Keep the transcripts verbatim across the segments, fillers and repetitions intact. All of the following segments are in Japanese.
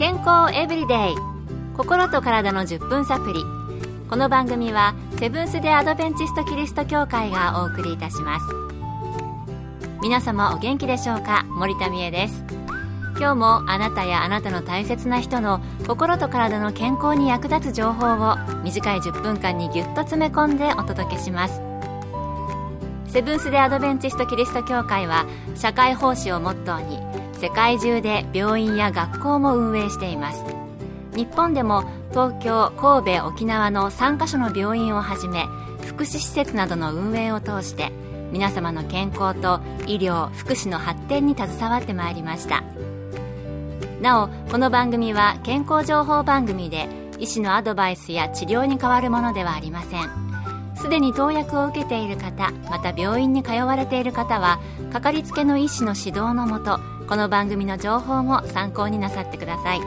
健康エブリデイ、心と体のじゅっぷんサプリ。この番組はセブンス・デ・アドベンチスト・キリスト教会がお送りいたします。皆様お元気でしょうか。森田美恵です。今日もあなたやあなたの大切な人の心と体の健康に役立つ情報を短いじゅっぷんかんにぎゅっと詰め込んでお届けします。セブンス・デ・アドベンチスト・キリスト教会は社会奉仕をモットーに世界中で病院や学校も運営しています。日本でも東京、神戸、沖縄のさんカ所の病院をはじめ福祉施設などの運営を通して皆様の健康と医療・福祉の発展に携わってまいりました。なお、この番組は健康情報番組で医師のアドバイスや治療に代わるものではありません。すでに投薬を受けている方、また病院に通われている方はかかりつけの医師の指導のもと、この番組の情報も参考になさってください。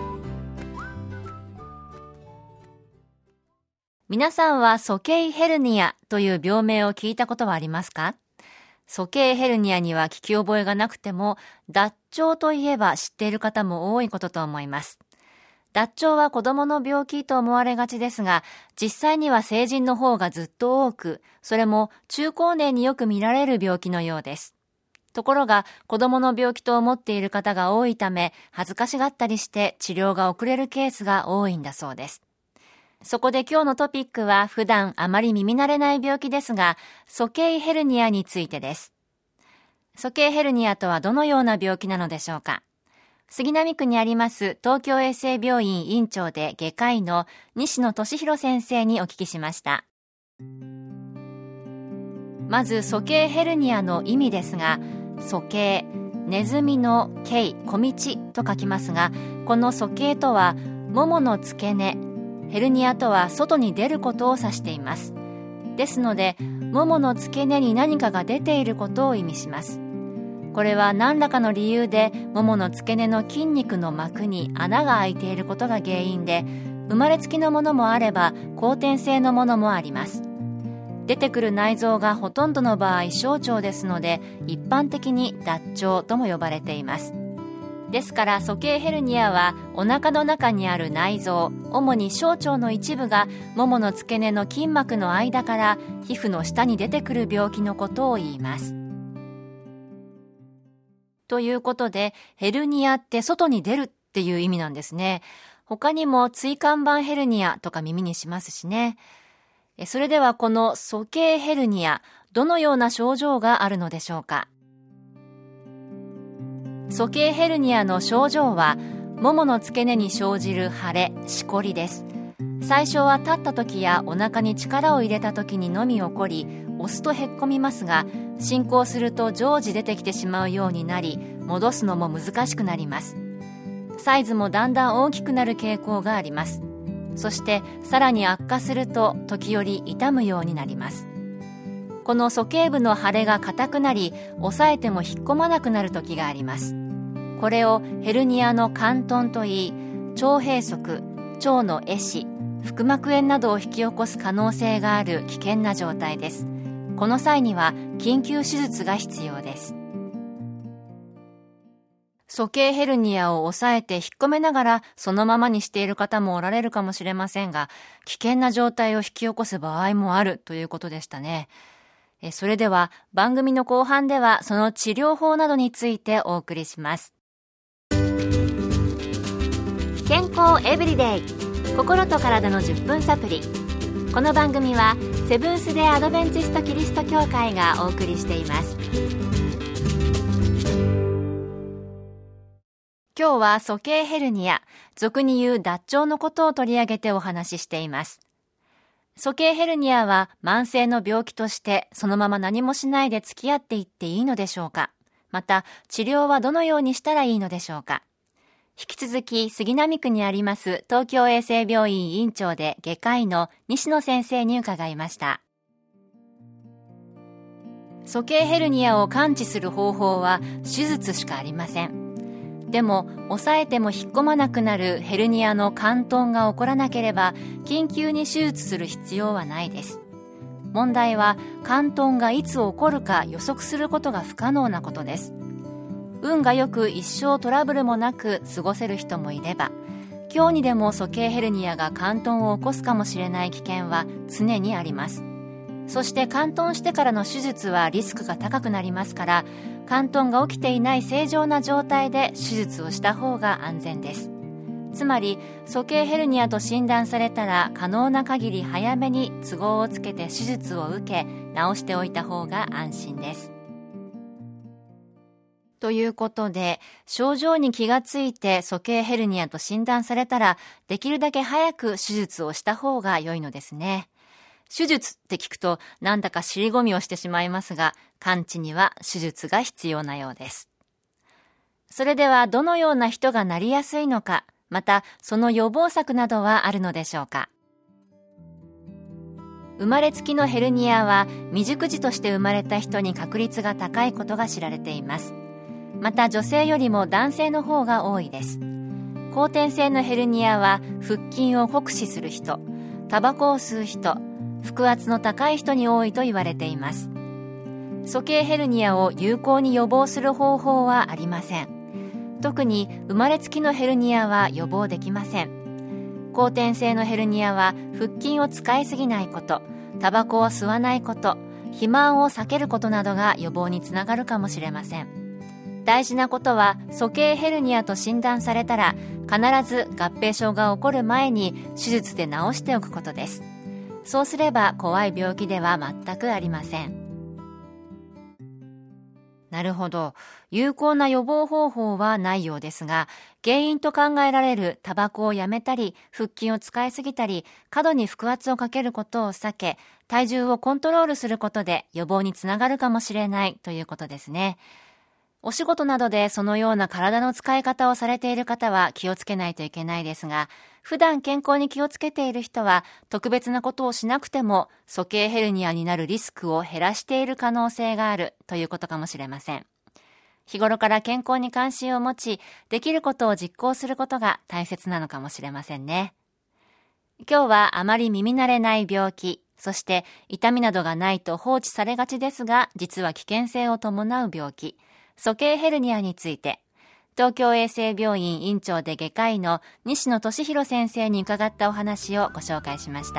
皆さんは鼠径ヘルニアという病名を聞いたことはありますか？鼠径ヘルニアには聞き覚えがなくても、脱腸といえば知っている方も多いことと思います。脱腸は子供の病気と思われがちですが、実際には成人の方がずっと多く、それも中高年によく見られる病気のようです。ところが、子供の病気と思っている方が多いため、恥ずかしがったりして治療が遅れるケースが多いんだそうです。そこで今日のトピックは普段あまり耳慣れない病気ですが、鼠径ヘルニアについてです。鼠径ヘルニアとはどのような病気なのでしょうか。杉並区にあります東京衛生病院院長で外科医の西野俊弘先生にお聞きしました。まず鼠径ヘルニアの意味ですが、鼠径、ネズミの径、小道と書きますが、この鼠径とはももの付け根、ヘルニアとは外に出ることを指しています。ですので、ももの付け根に何かが出ていることを意味します。これは何らかの理由でももの付け根の筋肉の膜に穴が開いていることが原因で、生まれつきのものもあれば後天性のものもあります。出てくる内臓がほとんどの場合小腸ですので、一般的に脱腸とも呼ばれています。ですから鼠径ヘルニアはお腹の中にある内臓、主に小腸の一部がももの付け根の筋膜の間から皮膚の下に出てくる病気のことを言います。ということで、ヘルニアって外に出るっていう意味なんですね。他にも椎間板ヘルニアとか耳にしますしね。それではこの鼠径ヘルニア、どのような症状があるのでしょうか。鼠径ヘルニアの症状は、ももの付け根に生じる腫れ、しこりです。最初は立った時やお腹に力を入れた時にのみ起こり、押すとへっこみますが、進行すると常時出てきてしまうようになり、戻すのも難しくなります。サイズもだんだん大きくなる傾向があります。そしてさらに悪化すると時折痛むようになります。この鼠径部の腫れが硬くなり、押さえても引っ込まなくなる時があります。これをヘルニアの嵌頓といい、腸閉塞、腸の壊死、腹膜炎などを引き起こす可能性がある危険な状態です。この際には緊急手術が必要です。鼠径ヘルニアを押さえて引っ込めながらそのままにしている方もおられるかもしれませんが、危険な状態を引き起こす場合もあるということでしたね。えそれでは番組の後半ではその治療法などについてお送りします。健康エブリデイ、心と体のじゅっぷんサプリ。この番組はセブンス・デ・アドベンチスト・キリスト教会がお送りしています。今日は鼠径ヘルニア、俗に言う脱腸のことを取り上げてお話ししています。鼠径ヘルニアは慢性の病気としてそのまま何もしないで付き合っていっていいのでしょうか。また治療はどのようにしたらいいのでしょうか。引き続き杉並区にあります東京衛生病院院長で外科医の西野先生に伺いました。鼠径ヘルニアを完治する方法は手術しかありません。でも押さえても引っ込まなくなるヘルニアの嵌頓が起こらなければ緊急に手術する必要はないです。問題は嵌頓がいつ起こるか予測することが不可能なことです。運がよく一生トラブルもなく過ごせる人もいれば、 今日にでも鼠径ヘルニアが嵌頓を起こすかもしれない危険は常にあります。そして嵌頓してからの手術はリスクが高くなりますから、嵌頓が起きていない正常な状態で手術をした方が安全です。つまり鼠径ヘルニアと診断されたら、可能な限り早めに都合をつけて手術を受け、治しておいた方が安心です。ということで、症状に気がついて鼠径ヘルニアと診断されたら、できるだけ早く手術をした方が良いのですね。手術って聞くとなんだか尻込みをしてしまいますが、完治には手術が必要なようです。それではどのような人がなりやすいのか、またその予防策などはあるのでしょうか。生まれつきのヘルニアは未熟児として生まれた人に確率が高いことが知られています。また女性よりも男性の方が多いです。後天性のヘルニアは腹筋を酷使する人、タバコを吸う人、腹圧の高い人に多いと言われています。鼠径ヘルニアを有効に予防する方法はありません。特に生まれつきのヘルニアは予防できません。後天性のヘルニアは腹筋を使いすぎないこと、タバコを吸わないこと、肥満を避けることなどが予防につながるかもしれません。大事なことは、鼠径ヘルニアと診断されたら必ず合併症が起こる前に手術で治しておくことです。そうすれば怖い病気では全くありません。なるほど。有効な予防方法はないようですが、原因と考えられるタバコをやめたり、腹筋を使いすぎたり、過度に腹圧をかけることを避け、体重をコントロールすることで予防につながるかもしれないということですね。お仕事などでそのような体の使い方をされている方は気をつけないといけないですが、普段健康に気をつけている人は特別なことをしなくても鼠径ヘルニアになるリスクを減らしている可能性があるということかもしれません。日頃から健康に関心を持ち、できることを実行することが大切なのかもしれませんね。今日はあまり耳慣れない病気、そして痛みなどがないと放置されがちですが、実は危険性を伴う病気、鼠径ヘルニアについて、東京衛生病院院長で外科医の西野俊弘先生に伺ったお話をご紹介しました。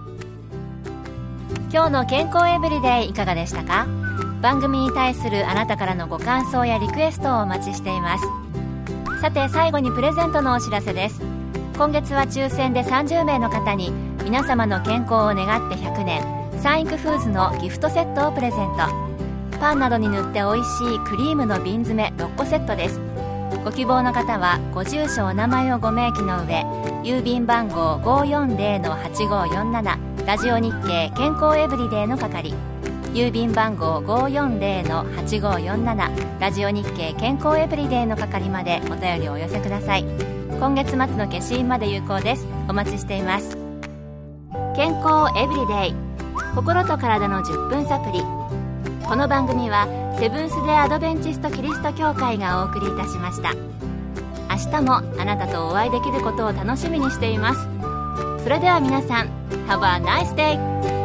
今日の健康エブリデイいかがでしたか？番組に対するあなたからのご感想やリクエストをお待ちしています。さて最後にプレゼントのお知らせです。今月は抽選でさんじゅうめいの方に皆様の健康を願ってひゃくねんサンイクフーズのギフトセットをプレゼント。パンなどに塗っておいしいクリームの瓶詰めろっこセットです。ご希望の方はご住所お名前をご明記の上、郵便番号 ごーよんぜろのはちごーよんなな ラジオ日経健康エブリデイの係、郵便番号 ごーよんぜろのはちごーよんなな ラジオ日経健康エブリデイの係までお便りをお寄せください。今月末の消印まで有効です。お待ちしています。健康エブリデイ、心と体のじゅっぷんサプリ。この番組はセブンス・デ・アドベンチスト・キリスト教会がお送りいたしました。明日もあなたとお会いできることを楽しみにしています。それでは皆さん、Have a nice day!